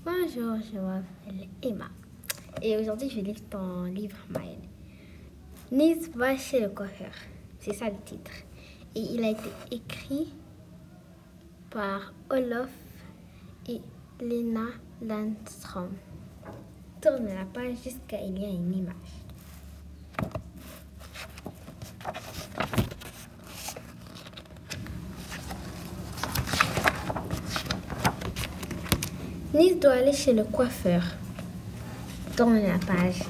Bonjour, je m'appelle Emma et aujourd'hui je vais lire ton livre Maëlle. Nice va chez le coiffeur, c'est ça le titre. Et il a été écrit par Olof et Lena Landström. Tourne la page jusqu'à il y a une image. Nice doit aller chez le coiffeur. Tourne la page.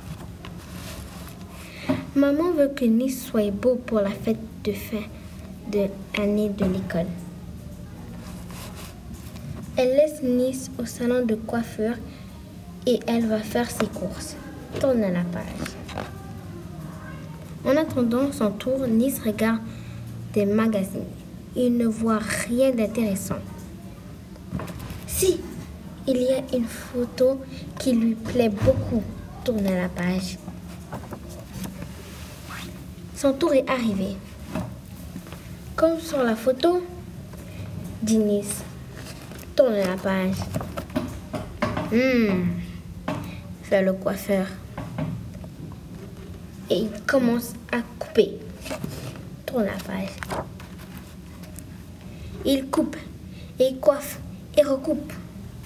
Maman veut que Nice soit beau pour la fête de fin de l'année de l'école. Elle laisse Nice au salon de coiffeur et elle va faire ses courses. Tourne la page. En attendant son tour, Nice regarde des magazines. Il ne voit rien d'intéressant. Si, il y a une photo qui lui plaît beaucoup. Tourne la page. Son tour est arrivé. Comme sur la photo, dit Nice. Tourne la page. Fait le coiffeur. Et il commence à couper. Tourne la page. Il coupe, et il coiffe, et recoupe.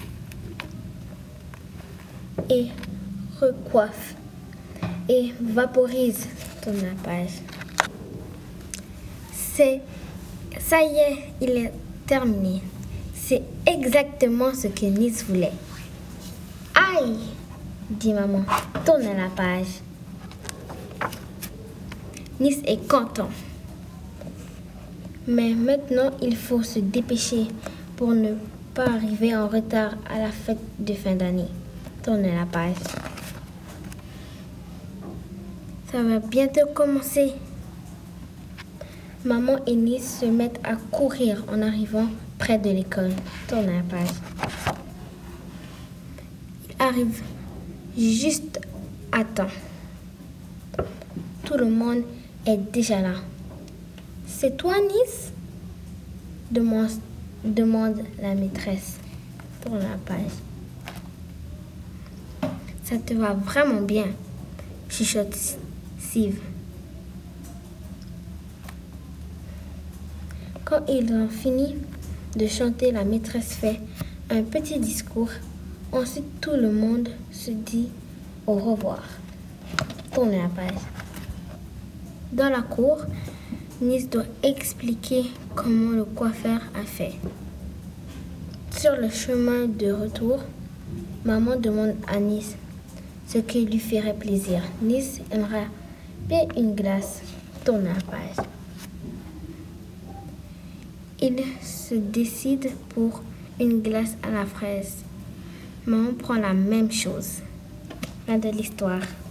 Et recoiffe, et vaporise. Tourne la page. Ça y est, il est terminé. C'est exactement ce que Nice voulait. Aïe, dit maman. Tourne la page. Nice est content. Mais maintenant, il faut se dépêcher pour ne pas arriver en retard à la fête de fin d'année. Tourne la page. Ça va bientôt commencer. Maman et Nice se mettent à courir en arrivant près de l'école. Tourne la page. Ils arrivent juste à temps. Tout le monde est déjà là. C'est toi, Nice? Demande la maîtresse. Tourne la page. Ça te va vraiment bien, chuchote Siv. Quand ils ont fini de chanter, la maîtresse fait un petit discours. Ensuite, tout le monde se dit au revoir. Tourne la page. Dans la cour, Nice doit expliquer comment le coiffeur a fait. Sur le chemin de retour, maman demande à Nice ce qui lui ferait plaisir. Nice aimerait bien une glace. Tourne la page. Il se décide pour une glace à la fraise. Maman prend la même chose. Fin de l'histoire.